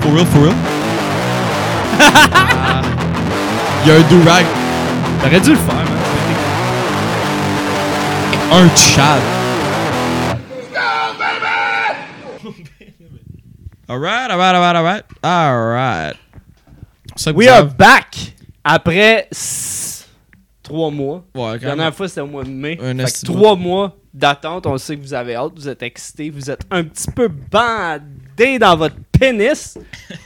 For real. Il y a un do-rag. T'aurais dû le faire, man. Un Chad. Alright. We are back après 3 mois. Ouais, La dernière fois, c'était au mois de mai. Un Fait que estime. 3 mois d'attente. On sait que vous avez hâte, vous êtes excités, vous êtes un petit peu bandés dans votre pénis.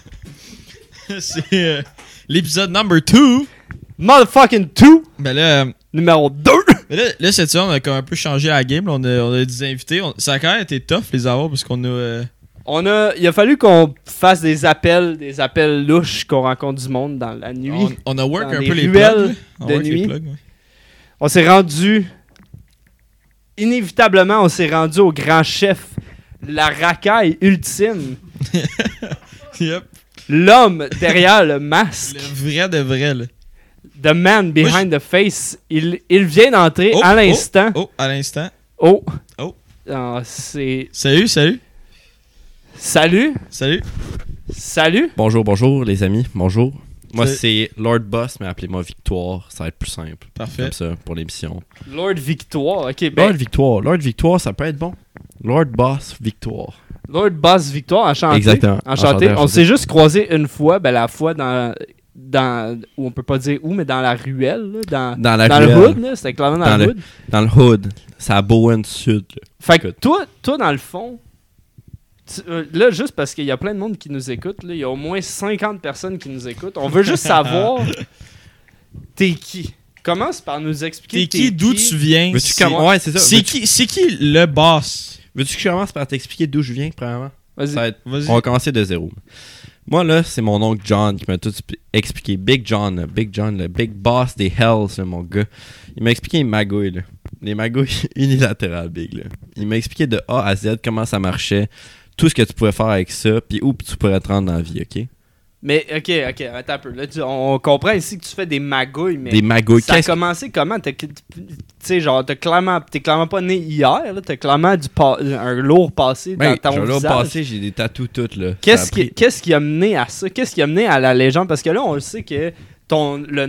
C'est l'épisode number 2. Motherfucking 2, Ben là, numéro 2. là cette semaine, on a comme un peu changé la game. Là. On a des invités. Ça a quand même été tough les avoir parce qu'on a... Il a fallu qu'on fasse des appels louches, qu'on rencontre du monde dans la nuit. On a work Dans un les peu les ruelles plugs. On de work les nuit. plugs, ouais. On s'est rendu... Inévitablement, on s'est rendu au grand chef, la racaille ultime, Yep. l'homme derrière le masque, Le vrai de vrai, là. the man behind the face. Il vient d'entrer à l'instant. Oh, à l'instant. Oh. Oh. Ah, c'est... Salut. Salut. Bonjour les amis, bonjour. Moi Salut. c'est Lord Boss, mais appelez-moi Victoire, ça va être plus simple. Parfait. Comme ça pour l'émission. Lord Victoire. Ok, ben, Lord Victoire, ça peut être bon. Lord Boss Victoire. Lord Boss Victoire, enchanté. Exactement. Enchanté. Enchanté. On s'est juste croisé une fois, ben la fois dans où on peut pas dire où, mais dans la ruelle, là, Dans la dans le ruelle. hood, là, c'était clairement dans le hood. Dans le hood, c'est à Bowen Sud. Là. Fait que toi dans le fond, là, juste parce qu'il y a plein de monde qui nous écoute, là, il y a au moins 50 personnes qui nous écoutent. On veut juste savoir, t'es qui? Commence par nous expliquer T'es qui, d'où tu viens? Veux-tu c'est- ouais, c'est ça. C'est qui le boss? Veux-tu que je commence par t'expliquer d'où je viens, premièrement? Vas-y. Ça va être- Vas-y. On va commencer de zéro. Moi, là, c'est mon oncle John qui m'a tout expliqué. Big John, le big boss des Hells, là, mon gars. Il m'a expliqué les magouilles, là. Les magouilles unilatérales, Big, là. Il m'a expliqué de A à Z comment ça marchait, tout ce que tu pouvais faire avec ça, puis où tu pourrais te rendre dans la vie, OK? Mais ok, attends un peu. Là, on comprend ici que tu fais des magouilles, mais Des magouilles. ça a Qu'est-ce- commencé comment? Tu sais, genre, t'es clairement pas né hier, là, t'as clairement un lourd passé Ben, dans je ton vais là au visage. passé, j'ai des tatous toutes, là. Qu'est-ce Ça a pris- qui a mené à ça? Qu'est-ce qui a mené à la légende? Parce que là, on le sait que le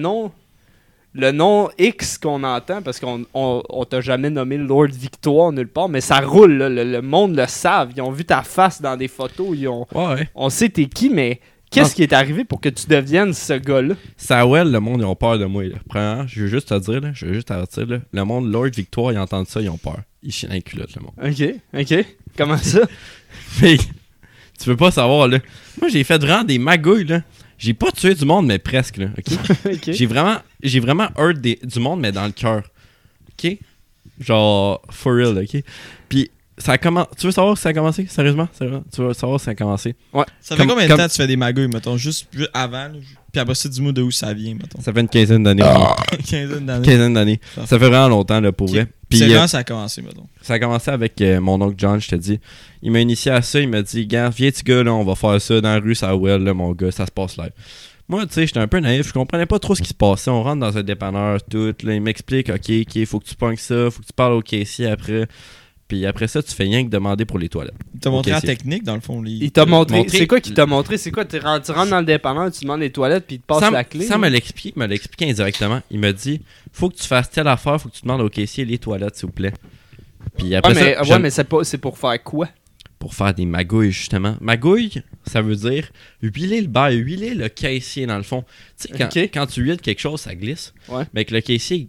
nom X qu'on entend, parce qu'on t'a jamais nommé Lord Victoire nulle part, mais ça roule, là, le monde le savent. Ils ont vu ta face dans des photos, Ouais. on sait t'es qui, mais qu'est-ce qui est arrivé pour que tu deviennes ce gars-là? Sawell, le monde, ils ont peur de moi, là. Premièrement, je veux juste te dire, là, je veux juste t'avertir, là. Le monde Lord Victoire, ils entendent ça, ils ont peur. Ils chient dans les culottes, le monde. Ok. Comment ça? Mais tu peux pas savoir, là. Moi, j'ai fait vraiment des magouilles, là. J'ai pas tué du monde, mais presque, là. OK? Ok. J'ai vraiment hurt du monde, mais dans le cœur. OK? Genre, for real, OK? Puis, ça a commencé. Tu veux savoir si ça a commencé? Sérieusement? Tu veux savoir si ça a commencé? Ça fait Comme- combien de comme- temps tu fais des magouilles, mettons? Juste avant, là, puis après ça, dis-moi de où ça vient, mettons. Ça fait une quinzaine d'années. Quinzaine d'années. Quinzaine d'années. Ça fait vraiment longtemps, là, pour vrai. Puis, C'est quand ça a commencé, mettons? ça a commencé avec mon oncle John, je te dis. Il m'a initié à ça, il m'a dit, gars, viens petit gars, là, on va faire ça dans la rue, ça well, là, mon gars, ça se passe live. Moi, tu sais, j'étais un peu naïf, je comprenais pas trop ce qui se passait. On rentre dans un dépanneur, tout, là, il m'explique, ok, faut que tu pognes ça, faut que tu parles au caissier après. Puis après ça, tu fais rien que demander pour les toilettes. Il t'a montré Ok, la c'est- technique, dans le fond. Il t'a montré. montré- C'est quoi qu'il t'a montré? C'est quoi? Tu rentres dans le dépanneur, tu demandes les toilettes, puis il te passe la clé? Ça me l'explique indirectement. Il m'a dit, faut que tu fasses telle affaire, faut que tu demandes au caissier les toilettes, s'il vous plaît. Puis après ça, mais c'est pour faire quoi? pour faire des magouilles, justement. Magouille, ça veut dire huiler le bail, huiler le caissier, dans le fond. Tu sais, Ok. quand tu huiles quelque chose, ça glisse. Ouais. Mais que le caissier,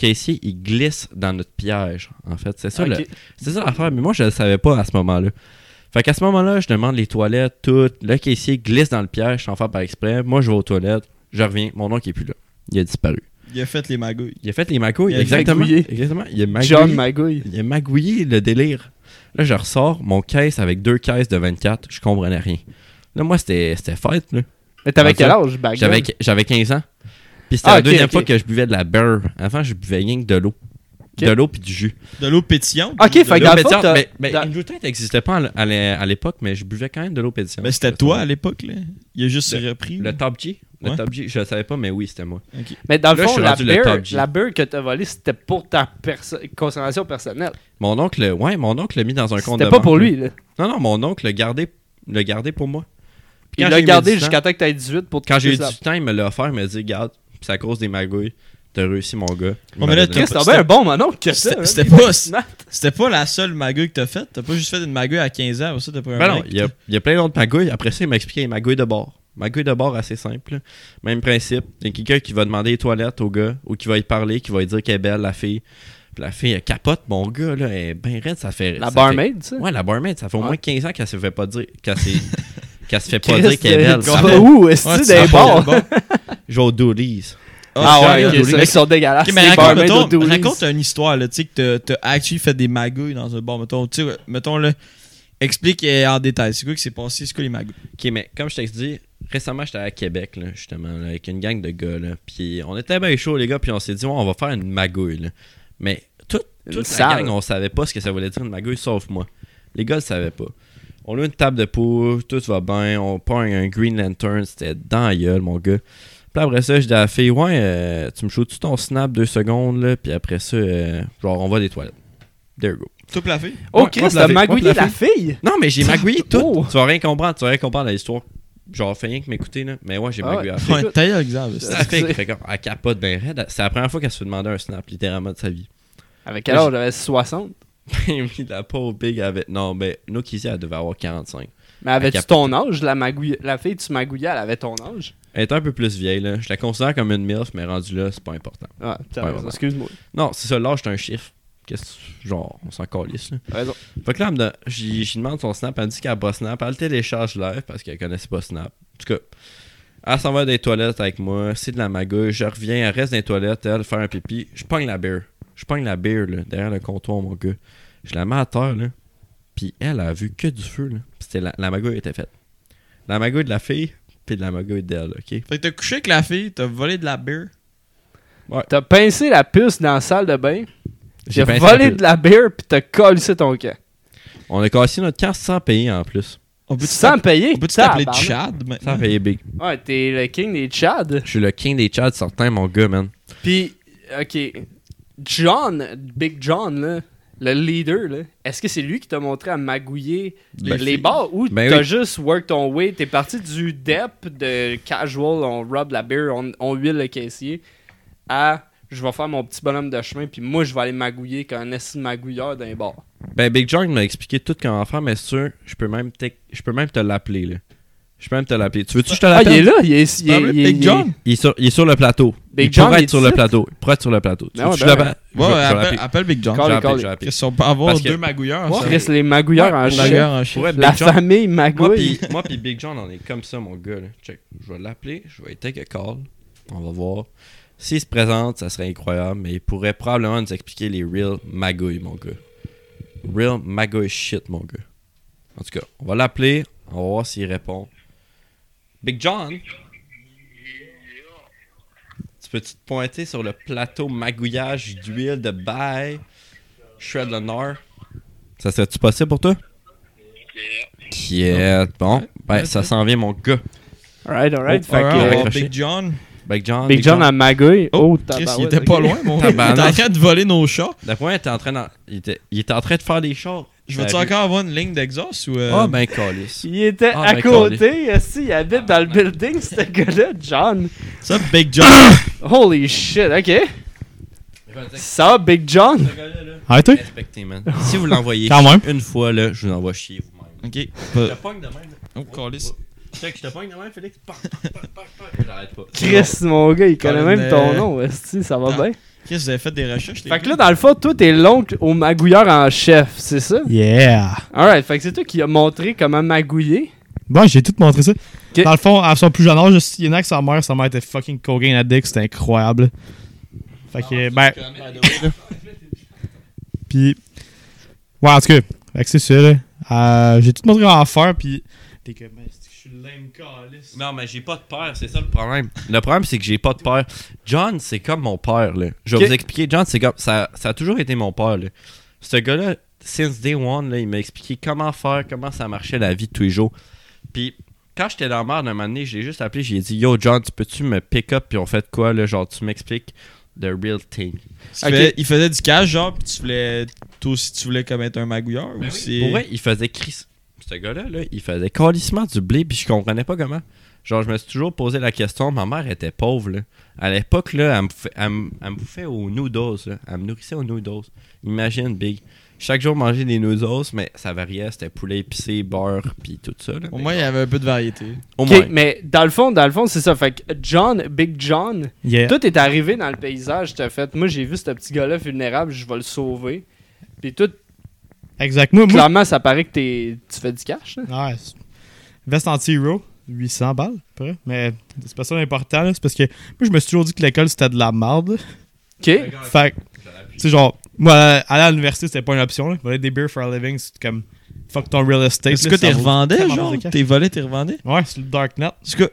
il glisse dans notre piège, en fait. C'est ça, Ok. c'est ça l'affaire. Mais moi, je le savais pas à ce moment-là. Fait qu'à ce moment-là, je demande les toilettes, tout. Le caissier glisse dans le piège, sans faire par exprès. Moi, je vais aux toilettes, je reviens. Mon oncle est plus là. Il a disparu. Il a fait les magouilles. Il a fait les magouilles, Il a exactement. magouillé. Exactement. Il a magouillé. John Magouille. Il a magouillé le délire. Là, je ressors mon caisse avec 2 caisses de 24. Je comprenais rien. Là, moi, c'était fête, là. Mais t'avais Ah, quel ça, âge, background? J'avais 15 ans. Puis c'était Ah, la ok, deuxième ok. fois que je buvais de la beurre. Avant, je buvais rien que de l'eau. Ok. De l'eau puis du jus. De l'eau pétillante. Ok, fait que De dans l'eau le fond, pétillante, t'as- mais dans- une bouteille n'existait pas à l'époque, mais je buvais quand même de l'eau pétillante. Ben, c'était toi à l'époque, là. Il a juste repris. Le Top G? Le Ouais. Top G, je le savais pas, mais oui, c'était moi. Ok. Mais dans le Là, je fond, suis la rendu le top G. beurre que t'as volée, c'était pour ta consommation personnelle. Mon oncle l'a mis dans un compte de C'était pas banque, pour là. lui, là. Non, mon oncle l'a gardé pour moi. Puis Il l'a gardé jusqu'à temps que t'aies 18 pour te Quand j'ai eu couper du temps, il me l'a offert, il m'a dit, garde, c'est à cause des magouilles. T'as réussi, mon gars. Ouais, mais là, Chris, t'as bien un bon mononcle que ça. C'était pas la seule magouille que t'as faite. T'as pas juste fait une magouille à 15 ans. Après ça, t'as pris un Ben non, break. il y a plein d'autres magouilles. Après ça, il m'a expliqué les magouilles de bord. Magouille de bord assez simple. Là. Même principe. Il y a quelqu'un qui va demander les toilettes au gars ou qui va y parler, qui va lui dire qu'elle est belle, la fille. Puis la fille, elle capote, mon gars, là, elle est bien raide. Ça fait. La barmaid, ça? Ouais, la barmaid. Ça fait au moins 15 ans qu'elle se fait pas dire. Qu'elle se fait pas Chris, dire qu'elle est belle. Ça va où? Est-ce que c'est des bars? Je vais au Doolies. Ah ouais, ok, ok, c'est vrai qu'ils sont dégueulasses. Ok, mais les barmaids raconte, au Doolies. raconte une histoire, là, tu sais, que t'as actually fait des magouilles dans un bar. Mettons, là, explique en détail. C'est quoi qui s'est passé? C'est quoi les magouilles? Ok, mais comme je t'ai dit, récemment, j'étais à Québec, là, justement, là, avec une gang de gars, là. Puis on était bien chauds, les gars, puis on s'est dit, ouais, on va faire une magouille, là. Mais toute la gang, on savait pas ce que ça voulait dire une magouille, sauf moi. Les gars le savaient pas. On a une table de poule, tout va bien, on prend un Green Lantern, c'était dans la gueule, mon gars. Puis après ça, je dis à la fille, ouais, tu me shoots-tu ton snap 2 secondes, là, puis après ça, genre, on va des toilettes. There you go. Tout la fille? Oh, Ouais, Chris, ouais, t'as la magouillé fille. la fille? Non, mais j'ai magouillé tout. Oh. Tu vas rien comprendre à l'histoire. Genre, fais rien que m'écouter, là. Mais ouais, j'ai magouillé la fille. Ouais, t'as eu l'exemple. La fille, fait comme, elle capote bien raide. C'est la première fois qu'elle se fait demander un snap, littéralement, de sa vie. Avec quel âge? J'avais 60. Oui, la pauvre Big avait. Non, mais Nokizzy, elle devait avoir 45. Mais avais-tu Elle ton âge? La fille que tu magouillais, elle avait ton âge? Elle est un peu plus vieille, là. Je la considère comme une MILF, mais rendu là, c'est pas important. Ah, t'as Ouais, raison, ouais. excuse-moi. Non, c'est ça, l'âge, c'est un chiffre. Genre, on s'en calisse, là. T'as raison. Fait que là, j'y demande son snap, elle me dit qu'elle a pas snap. Elle télécharge live parce qu'elle connaissait pas snap. En tout cas, elle s'en va dans les toilettes avec moi, c'est de la magouille. Je reviens, elle reste dans les toilettes, elle, faire un pipi. Je pogne la bière. Là, derrière le comptoir, mon gars. Je la mets à terre, là. Puis elle a vu que du feu, là. Puis c'était la magouille était faite. La magouille de la fille, puis de la magouille d'elle, ok? Fait que t'as couché avec la fille, t'as volé de la bière. T'as pincé la puce dans la salle de bain, J'ai t'as pincé volé la de la bière, pis t'as collé ton camp. On a cassé notre camp sans payer en plus. Sans payer? On peut-tu t'appeler tabarnak. Chad maintenant? Sans payer Big. Ouais, t'es le king des Tchads. Je suis le king des Chads certains, mon gars, man. Pis, ok, Big John, là, le leader, là, est-ce que c'est lui qui t'a montré à magouiller Ben, les bars ou ben t'as oui. juste work ton way? T'es parti du dep de casual, on rub la bière, on huile le caissier, à je vais faire mon petit bonhomme de chemin, puis moi je vais aller magouiller comme un esti de magouilleur dans les bars. Ben, Big John m'a expliqué tout comment faire, mais c'est sûr, je peux même te l'appeler, là. Je peux même te l'appeler. Tu veux-tu que je te Ah, l'appelle? il est là, il est Big John? Il est sur le plateau. Big il John, pourrait il être sur est le ici? plateau. Il pourrait être sur le plateau. Tu Ben veux ouais, que je ben l'appelle? Ouais, Je vais l'appeler. appelle Big John. Call- Je vais l'appeler, call- je vais l'appeler. Qu'est-ce qu'on peut avoir Parce que- 2 magouilleurs? ça? Chris, les magouilleurs en Ouais, chef. magouilleurs en chef. Ouais, La Big John- famille magouille. Moi pis Big John, on est comme ça, mon gars. Là. Check. Je vais l'appeler, je vais take a call. On va voir. S'il se présente, ça serait incroyable, mais il pourrait probablement nous expliquer les real magouilles, mon gars. Real magouille shit, mon gars. En tout cas, on va l'appeler, on va voir s'il répond. Big John? Tu peux-tu te pointer sur le plateau magouillage d'huile de bail? Shred le Nord? Ça serait-tu possible pour toi? Yeah. Bon, ben ça s'en vient, mon gars. Alright. Oh, Fait Ouais, que, on va voir raccroché. Big John. Big John à magouille. Oh, Chris, tabarouette, il était ok. pas loin, mon gars. Il était Tabarnak. en train de voler nos chats. D'après moi, il était en train de faire des chars. Je vais-tu encore avoir une ligne d'exhaust ou. Ah, ben, calice. Il était Ah, à ben, côté, esti, il habite dans le building, ce gars-là, John. Ça, Big John. Holy shit, ok. Ça, Big John. Arrêtez. Respectez, man. Si vous l'envoyez Quand même. une fois, là, je vous envoie chier vous-même. Ok. Je te pogne de même. Oh, calice. Check, je te pogne de même, Félix. J'arrête pas. Chris, mon gars, il connaît Colin, même ton nom, esti, ça va Ah. bien. Chris, vous avez fait des recherches. Fait que là, dans le fond, toi, t'es l'oncle au magouilleur en chef, c'est ça? Yeah. Alright, fait que c'est toi qui as montré comment magouiller. Bon, j'ai tout montré ça. Ok. Dans le fond, à son plus jeune âge, il y en a que sa mère était fucking cocaine addict, c'était incroyable. Fait que, ben, pis. Ouais, en tout cas, fait que c'est ça, là. J'ai tout montré comment faire, pis. T'es que, ben, je suis le lame calice. Non, mais j'ai pas de père, c'est ça le problème. Le problème, c'est que j'ai pas de père. John, c'est comme mon père, là. Je vais Ok. vous expliquer. John, c'est comme. Ça a toujours été mon père, là. Ce gars-là, since day one, là, il m'a expliqué comment faire, comment ça marchait la vie de tous les jours. Puis, quand j'étais dans la merde, un moment donné, je l'ai juste appelé, j'ai dit, Yo, John, tu peux-tu me pick up, puis on fait quoi, là? Genre, tu m'expliques the real thing. Il faisait du cash, genre, pis tu voulais. Toi aussi, tu voulais comme être un magouilleur ou c'est. Pour vrai, il faisait Chris. ce gars-là, là, il faisait calissement du blé, puis je comprenais pas comment. Genre, je me suis toujours posé la question, ma mère était pauvre, là. À l'époque, là, elle me bouffait aux noodles, là. Elle me nourrissait aux noodles. Imagine, Big. Chaque jour, manger des noodles, mais ça variait, c'était poulet épicé, beurre, puis tout ça, là. Au moins, il y avait un peu de variété. Au Ok, moins. mais dans le fond, c'est ça. Fait que Big John, Yeah. tout est arrivé dans le paysage. T'as fait, moi, j'ai vu ce petit gars-là vulnérable, je vais le sauver. Puis tout, Exact. Moi, clairement, ça paraît que tu fais du cash. Là. ouais, veste anti-hero, 800 balles, à peu près. Mais c'est pas ça l'important, là. C'est parce que moi, je me suis toujours dit que l'école, c'était de la merde. Ok. Fait que, tu sais, genre, moi, aller à l'université, c'était pas une option, là. Voler des beers for a living, c'est comme, fuck ton real estate. Est-ce là, que ça t'es vaut revendais, tellement genre? plus de cash. T'es volé, t'es revendé? Ouais, c'est le Darknet. Est-ce que.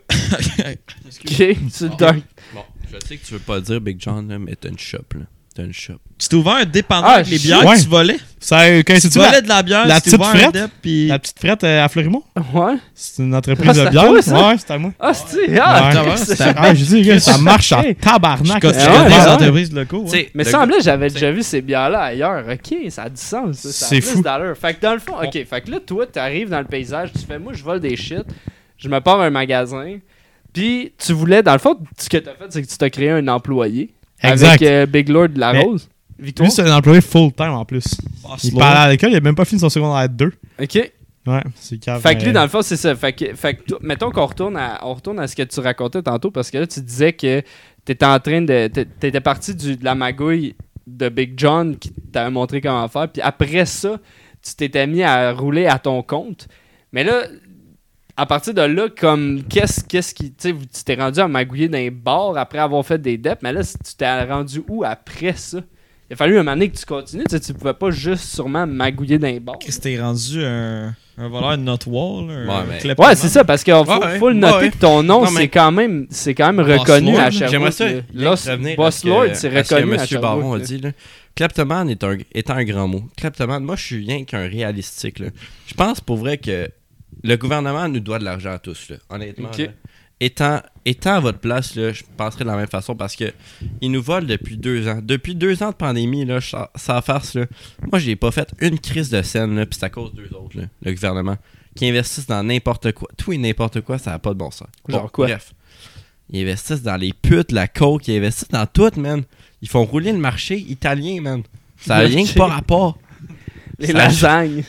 Ok, c'est dark. Bon, je sais que tu veux pas dire Big John, là, mais t'as une shop, là. T'as une shop. Tu t'es ouvert un dépanneur Ah, avec les shit. bières Ouais. que tu volais? Ça, quand Tu c'est-tu volais de la bière, la tu t'es petite ouvert un frette? dep, puis... la petite frette à Fleurimont? Ouais. C'est une entreprise Ah, de c'est à bière. toi, ça? Ouais, c'est à moi. Ah, c'est Ouais. tabarnak, c'est c'était- Ah, je dis, gars, ça marche en Ok. tabarnak. Je Ah, connais ouais, des ouais. entreprises locaux. Ouais. Mais Le semblait, j'avais t'sais. déjà vu ces bières-là ailleurs. Ok, ça a du sens. Ça a C'est plus fou. d'allure. Fait que dans le fond, ok, fait que là, toi, t'arrives dans le paysage, tu fais, moi, je vole des shit, je me pars un magasin, puis tu voulais, dans le fond, ce que t'as fait, c'est que tu t'as créé un employé Exact. avec Big Lord de la Mais- Rose. Victoire. Lui, c'est un employé full-time en plus. Boss Il Lord. parlait à l'école, il a même pas fini son secondaire 2. Ok. Ouais, c'est cave. Fait que lui, mais- dans le fond, c'est ça. Fait que mettons qu'on retourne à ce que tu racontais tantôt, parce que là, tu disais que t'étais en train de. T'étais parti de la magouille de Big John qui t'avait montré comment faire, puis après ça, tu t'étais mis à rouler à ton compte. Mais là, à partir de là, comme, qu'est-ce qui. Tu sais, tu t'es rendu à magouiller dans les bars après avoir fait des deps, mais là, tu t'es rendu où après ça? Il a fallu un moment donné que tu continues, tu pouvais pas juste sûrement magouiller dans les bars. Qu'est-ce que t'es rendu un voleur de notoir, là? Ouais, mais- kleptomane? Ouais, c'est ça, parce qu'il Ouais, faut le noter ouais. que ton nom, Non, mais- c'est quand même reconnu Lord, à là. Sherbrooke. J'aimerais ça là. revenir Boss Lord, c'est reconnu à M. Sherbrooke. Baron a là. dit. Là. Kleptomane étant un grand mot. Kleptomane, moi, je suis rien qu'un réalistique. Là. Je pense pour vrai que le gouvernement nous doit de l'argent à tous. Là. Honnêtement, Ok. là. Étant à votre place, là, je penserais de la même façon parce que ils nous volent depuis 2 ans. Depuis 2 ans de pandémie, là, sans farce, là, moi, j'ai pas fait une crise de scène, là, puis c'est à cause d'eux autres, là, le gouvernement, qui investissent dans n'importe quoi. Tout et n'importe quoi, ça n'a pas de bon sens. Genre quoi? Bref. Ils investissent dans les putes, la coke, ils investissent dans tout, man. Ils font rouler le marché italien, man. Ça n'a rien que pas rapport. Les Ça- lasagnes.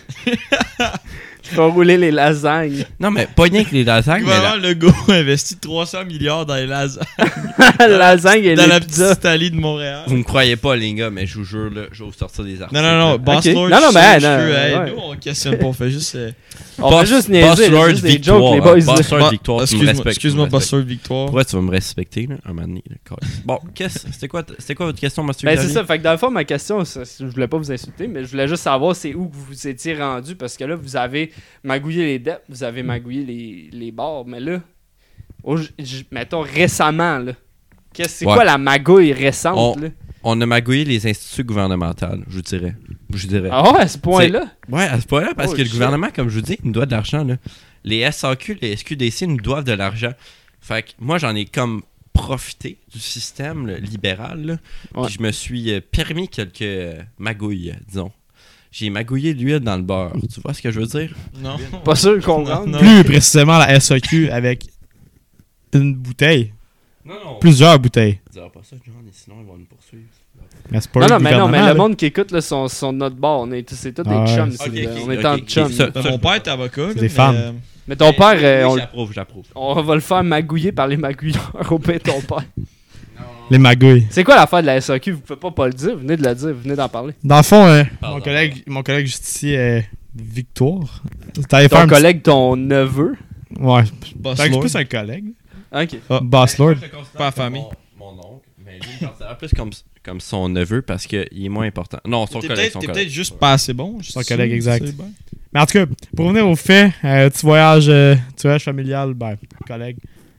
Je vais rouler les lasagnes. Non, mais pas rien que les lasagnes, mais Gouvernement Legault a investi 300 milliards dans les lasagnes Lasagne et dans les la petite pizzas. Italie de Montréal. vous me croyez pas, les gars, mais je vous jure, là, je vais vous sortir des articles. Non, là. Boss Ok. Lord, Non, non, je mais, suis non, sûr, hey, ouais. nous, on questionne pas, on fait juste... On va juste niaiser, Boss là, Lord juste des Victoire, jokes, les boys. Boss là. Lord Bah, Victoire, tu me excuse-moi, respectes, excuse-moi, tu me Boss Lord Victoire. Pourquoi tu vas me respecter, là, un moment donné, là, câlisse. Bon, c'était quoi votre question, monsieur Ben, c'est Xavier? ça. Fait que dans le fond, ma question, je voulais pas vous insulter, mais je voulais juste savoir c'est où que vous vous étiez rendu, parce que là, vous avez magouillé les dettes, vous avez magouillé les bars, mais là, mettons récemment, là. C'est Ouais. quoi la magouille récente, là? On a magouillé les instituts gouvernementaux, je dirais. Ah ouais, à ce point-là? Ouais, à ce point-là, parce Oh, que le shit. gouvernement, comme je vous dis, nous doit de l'argent. Là. Les SAQ, les SQDC nous doivent de l'argent. Fait que moi, j'en ai comme profité du système là, libéral. Là, Ouais. puis je me suis permis quelques magouilles, disons. J'ai magouillé l'huile dans le beurre. Tu vois ce que je veux dire? Non. Pas sûr de comprendre. Non. Plus précisément la SAQ avec une bouteille. Non. Plusieurs bouteilles. Dis pas ça, John, et sinon ils vont nous poursuivre. Mais c'est pas Non, le non, mais gouvernement, le là. monde qui écoute, là, sont de notre bord. C'est tous des Ah ouais. chums. ici, Ok, là. ok, On est ok, en ok. chum. Ça- Mon père est avocat. C'est là, des femmes. mais, Mais ton père, Oui, j'approuve. on va le faire magouiller par les magouilleurs au pire de ton père. Les magouilles. C'est quoi l'affaire de la SAQ? Vous pouvez pas le dire. Venez de le dire. Venez d'en parler. Dans le fond, Pardon. mon collègue justicier Victoire. T'allais faire Ton un petit- collègue, ton neveu. Ouais. Boss C'est Lord. plus un collègue. Ok. Boss Lord. Pas la famille. Mon oncle, mais lui, il considère plus comme son neveu parce qu'il est moins important. Non, son T'es collègue. peut-être juste pas assez bon. Son collègue, exact. Mais en tout cas, pour revenir au fait, petit voyage familial, collègue,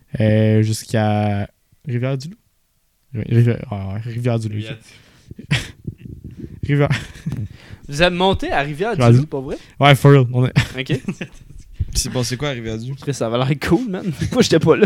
jusqu'à Rivière-du-Loup. Rivière-du-Loup. Rivière... Vous êtes monté à Rivière-du-Loup, Vas-y. pas vrai? Ouais, for real. On est... Ok. C'est passé quoi à Rivière-du? Chris, ça avait l'air cool, man. Moi, j'étais pas là.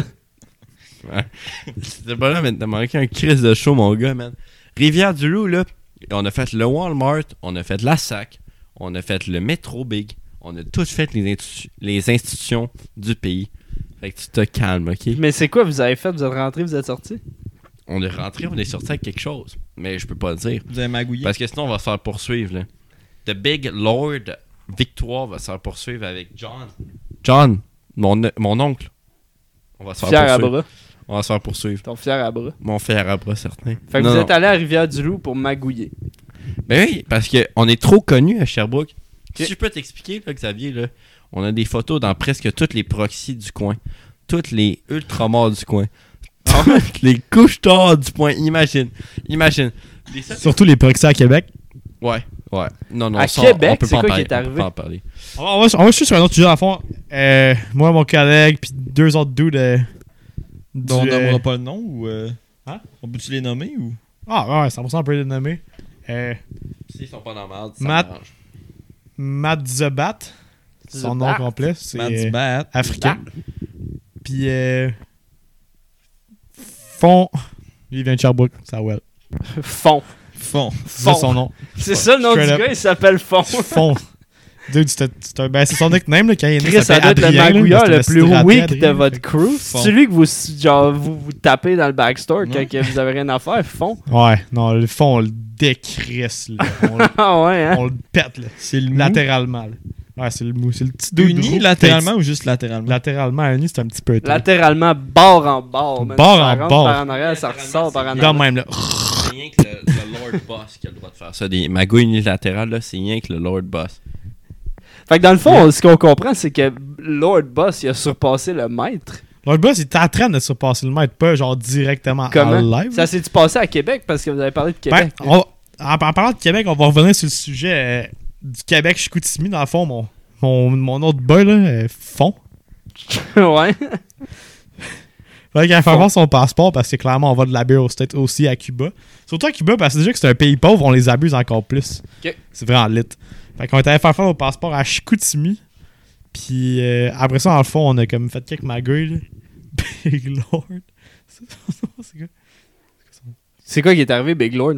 C'était pas là, mais t'as manqué un crise de show, mon gars, man. Rivière-du-Loup, là, on a fait le Walmart, on a fait la SAC, on a fait le Métro Big, On a toutes fait les institutions du pays. Fait que tu te calmes, ok? Mais c'est quoi vous avez fait? Vous êtes rentré, vous êtes sorti? On est rentré, on est sorti avec quelque chose. Mais je peux pas le dire. Vous avez magouillé. Parce que sinon, on va se faire poursuivre, là. The Big Lord Victoire va se faire poursuivre avec John. John, mon oncle. On va se faire Fier à poursuivre. bras. On va se faire poursuivre. Ton fier à bras. Mon fier à bras, certain. Fait que vous êtes allé à Rivière-du-Loup pour magouiller. Ben oui, parce qu'on est trop connus à Sherbrooke. Ok. Si je peux t'expliquer, là, Xavier, là, on a des photos dans presque toutes les proxys du coin. Toutes les ultramars du coin. Toutes les couches-tard du coin. Imagine. Les seuls- Surtout les proxys à Québec. Ouais. Non, À ça, Québec, on peut c'est pas en quoi parler, qui est arrivé? on peut pas en parler. On va juste sur un autre sujet à fond. Moi, mon collègue, puis 2 autres dudes. Dont on nommera pas le nom ou. Hein? On peut-tu les nommer ou. Ah, ouais, 100% on peut les nommer. S'ils sont pas dans la merde, ça Matt- m'arrange. Matt Zebat. Son nom Zebat. complet, c'est Matt Bat. africain. Puis Fond. Lui, il vient de Sherbrooke, ça well. Fond. Fond. C'est son nom. C'est ça le nom du Straight up. gars, il s'appelle Fond. Fond. Dude, c'est son nickname là, quand il est né. Chris, ça doit être le Adrien, là, magouilleur mais le c'était plus raté, weak Adrien, de votre fait crew. Fond. C'est celui que vous tapez dans le backstore Ouais. quand vous avez rien à faire, Fond. que- Ouais, non, le fond, on le décrisse, là. Ah ouais, hein? On le pète, là. C'est le mou. Latéralement, là. Ouais, c'est le mou. C'est le petit dude Uni gros. latéralement ou juste latéralement? Latéralement, uni, c'est un petit peu. Latéralement, bord en bord. man. Bord Ça en rentre bord. Par en arrière, ça ressort par en Latéralement, Dans arrière. même, là. C'est rien que le Lord Boss qui a le droit de faire ça. Des magouilles unilatérales, là, c'est rien que le Lord Boss. Fait que dans le fond, ce qu'on comprend, c'est que Lord Boss, il a surpassé le maître. L'autre boss, il était en train de surpasser le maître, pas genre directement Comment? en live. Ça s'est-tu passé à Québec parce que vous avez parlé de Ben, Québec? en parlant de Québec, on va revenir sur le sujet du Québec Chicoutimi. Dans le fond, mon autre boy, là, Fond. Ouais. Fait qu'il a fait voir son passeport parce que clairement, on va de la bière au State aussi à Cuba. Surtout à Cuba parce que déjà que c'est un pays pauvre, on les abuse encore plus. Ok. C'est vraiment lit. Fait qu'on est allé faire au passeport à Chicoutimi. Puis après ça, dans le fond, on a comme fait quelques magouilles. là. Big Lord. C'est quoi? C'est quoi qui est arrivé, Big Lord?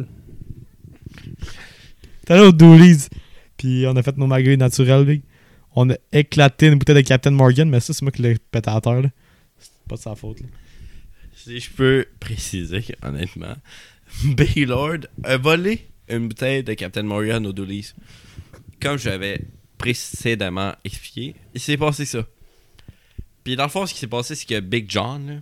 T'es allé au Doolies. Puis on a fait nos magouilles naturelles, big. On a éclaté une bouteille de Captain Morgan, mais ça, c'est moi qui l'ai pété à terre. Là. C'est pas de sa faute. Là. Si je peux préciser, honnêtement, Big Lord a volé une bouteille de Captain Morgan au Doolies. Comme j'avais précédemment expliqué, il s'est passé ça. Puis dans le fond, ce qui s'est passé, c'est que Big John,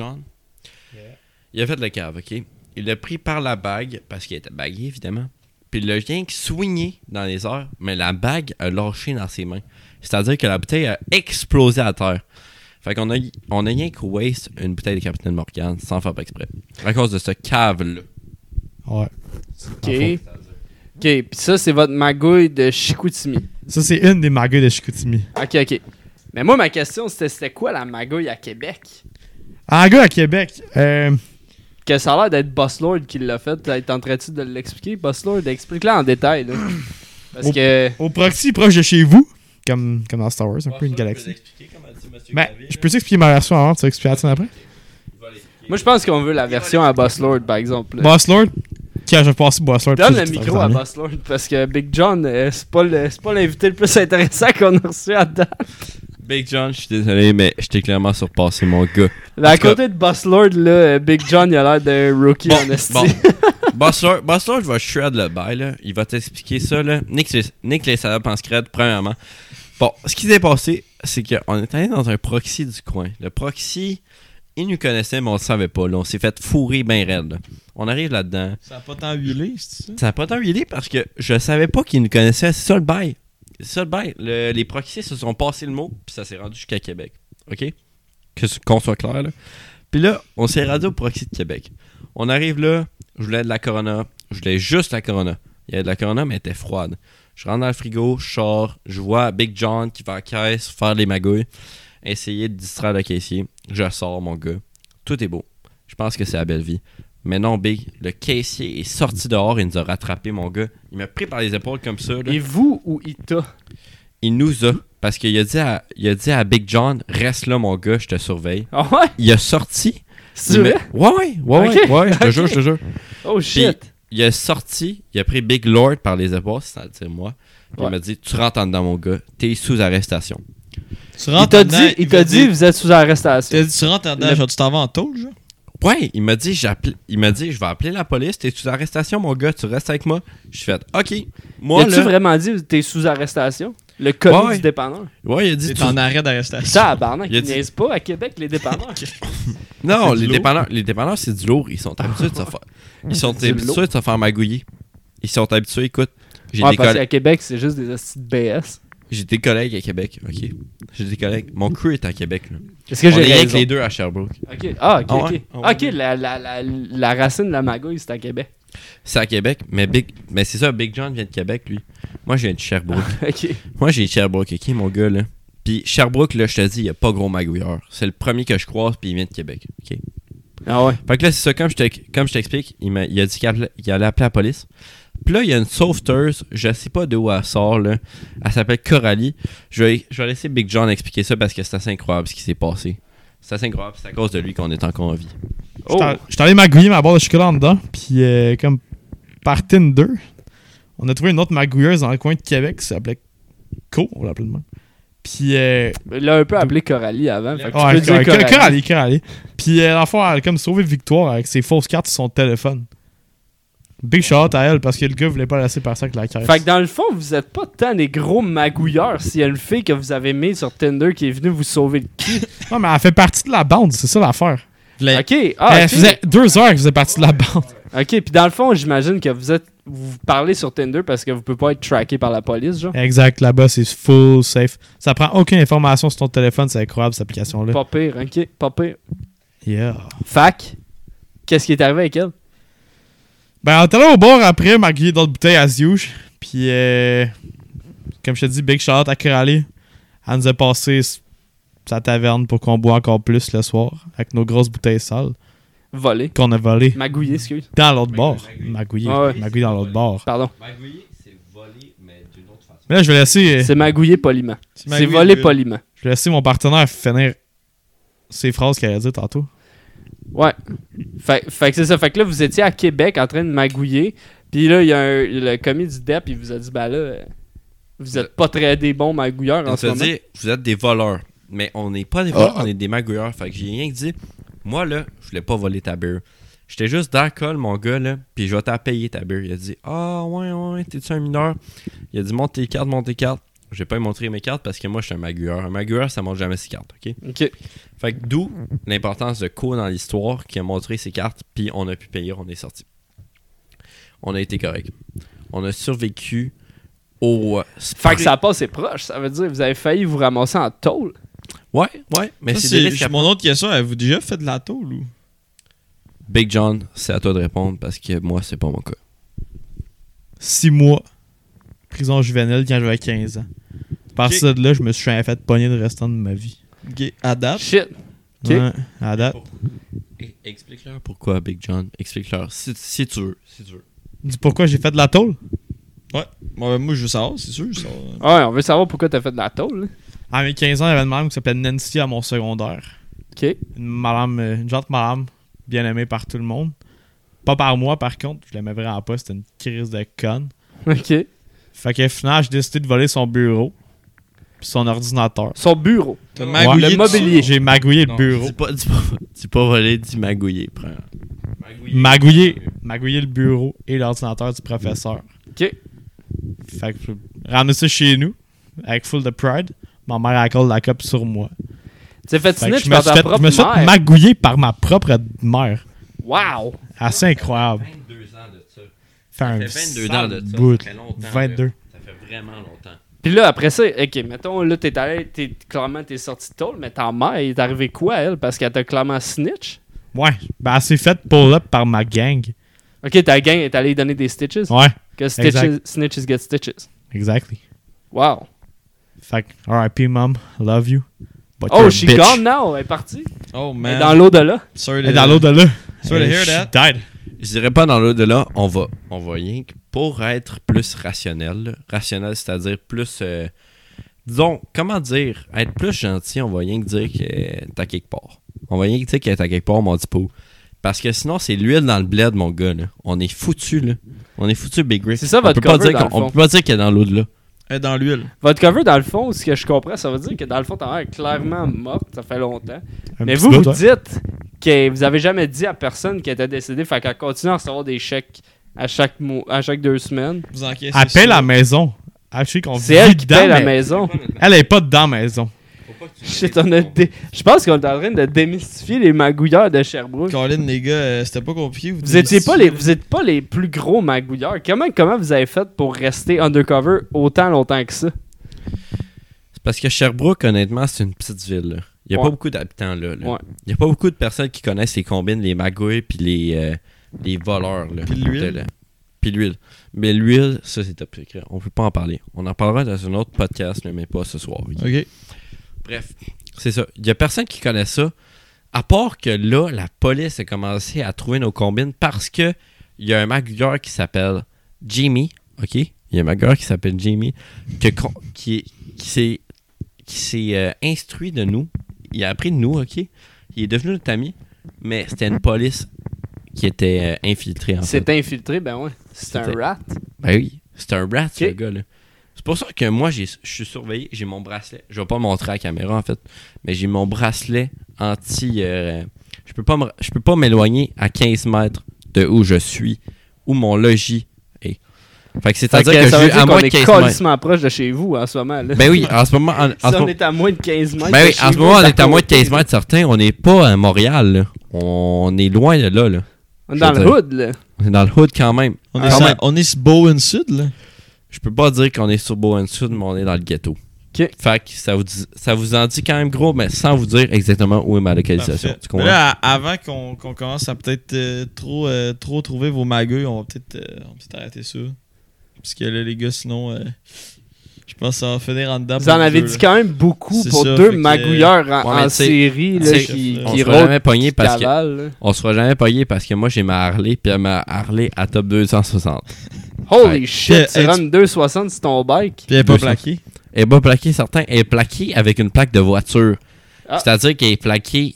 il a fait le cave, ok? Il l'a pris par la bague, parce qu'il était bagué, évidemment. Puis il l'a rien que swingé dans les airs, mais la bague a lâché dans ses mains. C'est-à-dire que la bouteille a explosé à terre. Fait qu'on a rien que waste une bouteille de Captain Morgan sans faire pas exprès. À cause de ce cave-là. Ouais. Ok. Ok, pis ça, c'est votre magouille de Chicoutimi. Ça, c'est une des magouilles de Chicoutimi. Ok. Mais moi, ma question, c'était quoi la magouille à Québec? En gars, à Québec, Que ça a l'air d'être Boss Lord qui l'a fait. Tenterais-tu de l'expliquer, Boss Lord? Explique-le en détail, là. Parce que... au proxy proche de chez vous, comme dans Star Wars, un peu une galaxie. Ben, je peux t'expliquer ma version avant, tu vas expliquer la tienne après? Moi, je pense qu'on veut la version à Boss Lord, par exemple. là. Boss Lord, quand je vais passer Boss Lord. Donne puis le ça, micro ça à en est. Boss Lord, parce que Big John, c'est pas l'invité le plus intéressant qu'on a reçu à date. Big John, je suis désolé, mais je t'ai clairement surpassé, mon gars. Mais à côté de Boss Lord, là, Big John, il a l'air d'un rookie en esti. Bon. Boss Lord va shred le bail, là. Il va t'expliquer ça, là. Nick les salopes en scred, premièrement. Bon, ce qui s'est passé, c'est qu'on est allé dans un proxy du coin. Le proxy, il nous connaissait, mais on le savait pas, là. On s'est fait fourrer bien raide, là. On arrive là-dedans. Ça a pas tant huilé, c'est ça? Ça n'a pas tant huilé parce que je savais pas qu'il nous connaissait. C'est ça le bail. C'est ça le bail. Les proxys se sont passés le mot, puis ça s'est rendu jusqu'à Québec. OK? Qu'on soit clair, là. Puis là, on s'est rendu au proxy de Québec. On arrive là, je voulais de la Corona. Je voulais juste la Corona. Il y avait de la Corona, mais elle était froide. Je rentre dans le frigo, je sors, je vois Big John qui va à la caisse faire les magouilles, essayer de distraire le caissier. Je sors, mon gars. Tout est beau. Je pense que c'est la belle vie. Mais non, Big, le caissier est sorti dehors, il nous a rattrapé, mon gars. Il m'a pris par les épaules comme ça. Là. Et vous ou Ita? Il nous a. Parce qu'il a dit à Big John, reste là, mon gars, je te surveille. Ah ouais? Il a sorti. C'est vrai? Ouais, Ok. je te jure. Oh shit! Il a sorti, il a pris Big Lord par les épaules, c'est-à-dire moi. Puis il m'a dit, tu rentres en dedans, mon gars, t'es sous arrestation. Tu rentres en dedans, Il t'a dit, vous êtes sous arrestation. t'as dit, tu rentres en dedans, genre, tu t'en vas en tôle, genre? Ouais, il m'a dit, je vais appeler la police, t'es sous arrestation, mon gars, tu restes avec moi. Je suis fait, ok. Moi, As-tu là. vraiment dit, t'es sous arrestation? Le commis Ouais. du dépanneur. Ouais, il a dit, T'es en arrêt d'arrestation. Ça, barnac, Il a ils dit- niaisent pas à Québec, les dépanneurs. Non, C'est du les dépanneurs, c'est du lourd. Ils sont habitués de se faire. Ils sont C'est du lourd. habitués de se faire magouiller. Ils sont habitués, écoute. J'ai Ouais, des parce collègues. qu'à Québec, c'est juste des hosties de BS. J'ai des collègues à Québec, ok. J'ai des collègues. Mon crew est à Québec, là. Est-ce que On j'ai est rien raison? que les deux à Sherbrooke. Ok. Ah, ok, Ah ok. ouais? Ah ouais. Ok, la racine de la magouille, c'est à Québec. C'est à Québec, mais c'est ça, Big John vient de Québec, lui. Moi, je viens de Sherbrooke. Ok. Moi, j'ai Sherbrooke, ok, mon gars, là. Puis Sherbrooke, là, je te dis, il y a pas gros magouilleur. C'est le premier que je croise, puis il vient de Québec, ok. Ah ouais. Fait que là, c'est ça, comme je t'explique, il a dit qu'il allait appeler la police. Puis là, il y a une sauveteuse, je sais pas d'où elle sort, là. Elle s'appelle Coralie. Je vais laisser Big John expliquer ça parce que c'est assez incroyable ce qui s'est passé. C'est assez incroyable, c'est à cause de lui qu'on est encore en vie. Oh. J'étais allé magouiller ma barre de chocolat en dedans, puis comme par Tinder, on a trouvé une autre magouilleuse dans le coin de Québec qui s'appelait Co, on l'appelait de même. Puis Il l'a un peu appelé Coralie avant. Fait que ouais, tu peux dire Coralie. Coralie. Puis dans le fond, elle a comme sauvé Victoire avec ses fausses cartes sur son téléphone. Big shout à elle parce que le gars voulait pas laisser passer avec la caisse. Fait que dans le fond, vous êtes pas tant des gros magouilleurs s'il y a une fille que vous avez mise sur Tinder qui est venue vous sauver le cul. Non, mais elle fait partie de la bande, c'est ça l'affaire. Ok. Ah, Elle ok. faisait 2 heures qu'elle faisait partie de la bande. Ok, puis dans le fond, j'imagine que vous parlez sur Tinder parce que vous pouvez pas être traqué par la police, genre. Exact, là-bas c'est full safe. Ça prend aucune information sur ton téléphone, c'est incroyable cette application-là. Pas pire, ok, pas pire. Yeah. Fac, qu'est-ce qui est arrivé avec elle? Ben, on est allé au bar après, magouiller d'autres bouteilles as usual. Puis, comme je te dis, big shout à Coralie. Elle nous a passé sa taverne pour qu'on boit encore plus le soir avec nos grosses bouteilles sales Volé. qu'on a volées Magouillé, excuse. dans l'autre bar. Magouiller. Ah ouais. Magouiller dans l'autre bar. Pardon. Magouiller, c'est voler, mais d'une autre façon. Mais là, je vais laisser, C'est magouillé poliment. C'est magouillé, volé le gars. poliment. je vais laisser mon partenaire finir ses phrases qu'il a dit tantôt. Ouais. Fait que c'est ça. Fait que là, vous étiez à Québec en train de magouiller. Puis là, il y a le commis du DEP, il vous a dit, ben là, vous êtes pas très des bons magouilleurs en On ce se moment. dit, vous êtes des voleurs. Mais on n'est pas des voleurs, on est des magouilleurs. Fait que j'ai rien que dit. Moi, là, je voulais pas voler ta bière. J'étais juste dans le col, mon gars, là. Puis je vais t'en payer ta bière. Il a dit, ah, ouais, t'es-tu un mineur? Il a dit, monte tes cartes. Je vais pas lui montrer mes cartes parce que moi, je suis un magouilleur. Un magouilleur, ça montre jamais ses cartes, ok? Ok. Fait que d'où l'importance de Co dans l'histoire qui a montré ses cartes, puis on a pu payer, on est sorti. On a été correct. On a survécu au. Fait que ça passe proche. Ça veut dire que vous avez failli vous ramasser en tôle. Ouais, mais Ça, c'est des risques c'est à mon autre question. Avez-vous déjà fait de la tôle ou? Big John, c'est à toi de répondre parce que moi, c'est pas mon cas. 6 mois. Prison juvénile quand j'avais 15 ans. Par Ok. ça de là, je me suis jamais fait pogner le restant de ma vie. Ok, à date. Shit. Ok. Ouais, à date. Explique-leur pourquoi, Big John. Explique-leur si tu veux. Dis pourquoi j'ai fait de la tôle? Ouais. Bon, ben, moi, je veux savoir, c'est sûr. Ça... Ouais, on veut savoir pourquoi t'as fait de la tôle. là. À mes 15 ans, il y avait une madame qui s'appelait Nancy à mon secondaire. Ok. Une gentille madame, bien aimée par tout le monde. Pas par moi, par contre. Je l'aimais vraiment pas. C'était une crise de conne. Ok. Fait qu'au final, j'ai décidé de voler son bureau. Puis son ordinateur. Son bureau. T'as Ouais, magouillé le dessus. mobilier. J'ai magouillé le bureau. Dis pas voler, dis magouiller. Magouillé le bureau et l'ordinateur du professeur. Ok. Fait que j'ai ramené ça chez nous, avec full de pride. Ma mère a collé la coupe sur moi. Tu t'es fait Fait que snitch par ta je propre me suis fait mère. magouiller par ma propre mère. Wow. Assez incroyable. 22 ans de ça. Fait un Ça fait 22 ans de ça. bout. Ça fait longtemps. 22. là. Ça fait vraiment longtemps. Puis là, après ça, ok, mettons, là, clairement, t'es sorti de tôle, mais ta mère, il est arrivé quoi, elle? Parce qu'elle t'a clairement snitch? Ouais, ben elle s'est faite pull-up par ma gang. Ok, ta gang est allée donner des stitches? Ouais, Que exact. snitches get stitches. exactly. Wow. Fait que, R.I.P. mom, love you. But Oh, you're a she bitch. gone now, elle est partie. Oh, Elle man. est dans l'au-delà. Sorry Elle est dans l'au-delà. Sorry to hear She that. died. Je dirais pas dans l'au-delà, on va rien que pour être plus rationnel. Là. Rationnel, c'est-à-dire plus. Disons, comment dire, être plus gentil, on va rien que dire que t'as quelque part. On va rien que dire qu'elle est à quelque part, mon dit pas. Parce que sinon, c'est l'huile dans le bled, mon gars. Là. On est foutu, là. On est foutu, Big Rick. C'est ça votre on peut pas cover, dire dans le on fond. peut pas dire qu'elle est dans l'au-delà. Dans l'huile. Votre cover, dans le fond, ce que je comprends, ça veut dire que dans le fond, ta mère est clairement morte, ça fait longtemps. Mais petit vous, bout, vous ouais. dites que vous avez jamais dit à personne qu'elle était décédée, fait qu'elle continue à recevoir des chèques à chaque 2 semaines. Vous encaissez Elle paie ça. la maison. Actually, qu'on C'est vit elle qui dedans, paie la mais maison. Elle est pas dedans la maison. Shit, je pense qu'on est en train de démystifier les magouilleurs de Sherbrooke. Colin, les gars, c'était pas compliqué. Vous êtes pas les plus gros magouilleurs. Comment vous avez fait pour rester undercover autant longtemps que ça? C'est parce que Sherbrooke, honnêtement, c'est une petite ville. Là. Il n'y a Ouais. pas beaucoup d'habitants là. Ouais. Il n'y a pas beaucoup de personnes qui connaissent les combines, les magouilles puis les voleurs. Là, Puis l'huile. Puis l'huile. Mais l'huile, ça, c'est top secret. On ne peut pas en parler. On en parlera dans un autre podcast, là, mais pas ce soir. Oui. Ok. Bref, c'est ça. Il n'y a personne qui connaît ça. À part que là, la police a commencé à trouver nos combines parce que il y a un magouilleur qui s'appelle Jimmy. OK? Il y a un magouilleur qui s'appelle Jimmy qui s'est instruit de nous. Il a appris de nous, OK? Il est devenu notre ami, mais c'était une police qui était infiltrée, en fait. C'est infiltré, ben ouais. C'est un C'était- rat. Ben oui, c'est un rat, ce Ok. gars-là. C'est pour ça que moi, je suis surveillé, j'ai mon bracelet. Je vais pas le montrer à la caméra, en fait, mais j'ai mon bracelet anti... je peux pas m'éloigner à 15 mètres de où je suis, où mon logis est. Fait que c'est-à-dire que ça je veut suis à dire moins qu'on de est 15 mètres. colissement proche de chez vous en ce moment. Là. Ben oui, en ce moment... Si on est à moins de 15 mètres. Ben de oui, chez en ce vous, moment, on à est à moins de côté. 15 mètres certains. On n'est pas à Montréal, là. On est loin de là, là. On est dans Je le veux dire. hood, là. On est dans le hood quand même. On Quand est, même. on est sur Bowen Sud, là. Je peux pas dire qu'on est sur Bowen Sud, mais on est dans le ghetto. Ok. Fait que ça vous en dit quand même gros, mais sans vous dire exactement où est ma localisation. Parfait. Tu comprends? Mais là, avant qu'on commence à peut-être trop trouver vos magouilles, on va peut-être arrêter ça. Parce que là, les gars, sinon, je pense que ça va finir en dedans. Vous en avez dit quand même beaucoup C'est pour ça, 2 fait que- magouilleurs Ouais, mais en tu sais, série là, tu sais, qui on qui se fera rôdent, jamais pogner qui parce que cavalent, là. on sera jamais payé parce que moi j'ai ma Harley, puis ma Harley à top 260. Holy Ouais. shit, tu Hey, runs 260 sur ton bike. Puis elle est pas 200. plaquée. Elle est pas plaquée, certain. Elle est plaquée avec une plaque de voiture. Ah. C'est-à-dire qu'elle est plaquée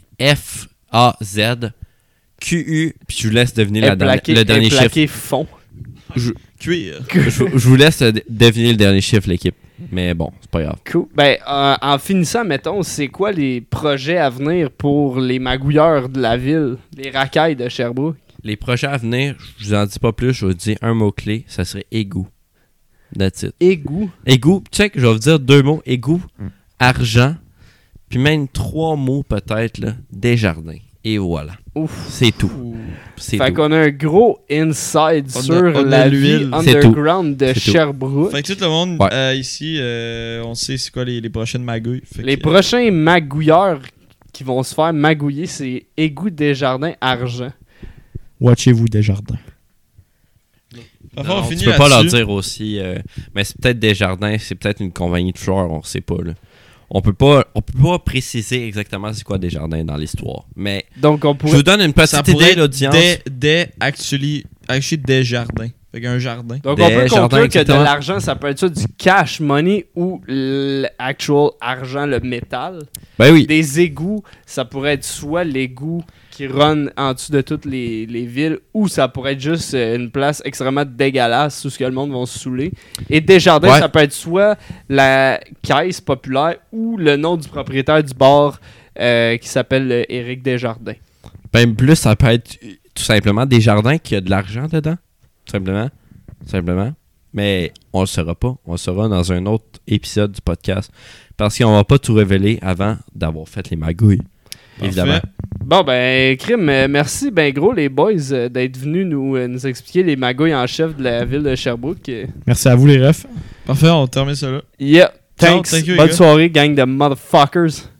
FAZ QU, puis je vous laisse deviner le dernier chiffre. plaqué fond. Cuir. Je vous laisse deviner le dernier chiffre, l'équipe. Mais bon, c'est pas grave. Cool. Ben, en finissant, mettons, c'est quoi les projets à venir pour les magouilleurs de la ville, les racailles de Sherbrooke? Les projets à venir, je vous en dis pas plus, je vous dis un mot-clé, ça serait égout. That's it. Égout. Égout, tu sais que je vais vous dire 2 mots, égout, argent, puis même 3 mots peut-être, là, Desjardins. Et voilà. Ouf. C'est tout. C'est Fait tout. qu'on a un gros inside On a- sur on a la vie l'huile. C'est underground de C'est tout. Sherbrooke. Fait que tout le monde Ouais. ici, on sait c'est quoi les prochaines magouilles. Fait Les que, prochains magouilleurs qui vont se faire magouiller, c'est Égout Desjardins Argent. Watchez-vous Desjardins. Enfin, on Non, finit tu peux pas leur là-dessus. dire aussi, mais c'est peut-être Desjardins, c'est peut-être une compagnie de fleurs, on sait pas. Là. On peut pas préciser exactement c'est quoi Desjardins dans l'histoire. Mais Donc on je pourrait. vous donne une Ça petite pourrait idée, être l'audience. actually des jardins. Fait qu'un jardin. Donc on peut Desjardins, conclure que de exactement. l'argent, ça peut être ça du cash money ou l'actual argent, le métal. Ben oui. Des égouts, ça pourrait être soit l'égout qui run en dessous de toutes les villes, ou ça pourrait être juste une place extrêmement dégueulasse où ce que le monde va se saouler. Et Desjardins, Ouais. ça peut être soit la caisse populaire ou le nom du propriétaire du bar qui s'appelle Éric Desjardins. Ben plus, ça peut être tout simplement Desjardins qui a de l'argent dedans. Tout simplement. Simplement. Mais on le saura pas. On le saura dans un autre épisode du podcast. Parce qu'on va pas tout révéler avant d'avoir fait les magouilles. Évidemment. Parfait. Bon, ben, Crime, merci, ben gros, les boys, d'être venus nous expliquer les magouilles en chef de la ville de Sherbrooke. Merci à vous, les refs. Parfait, on termine ça là. Yeah, Ciao, thanks. thank you, les Bonne gars. soirée, gang de motherfuckers.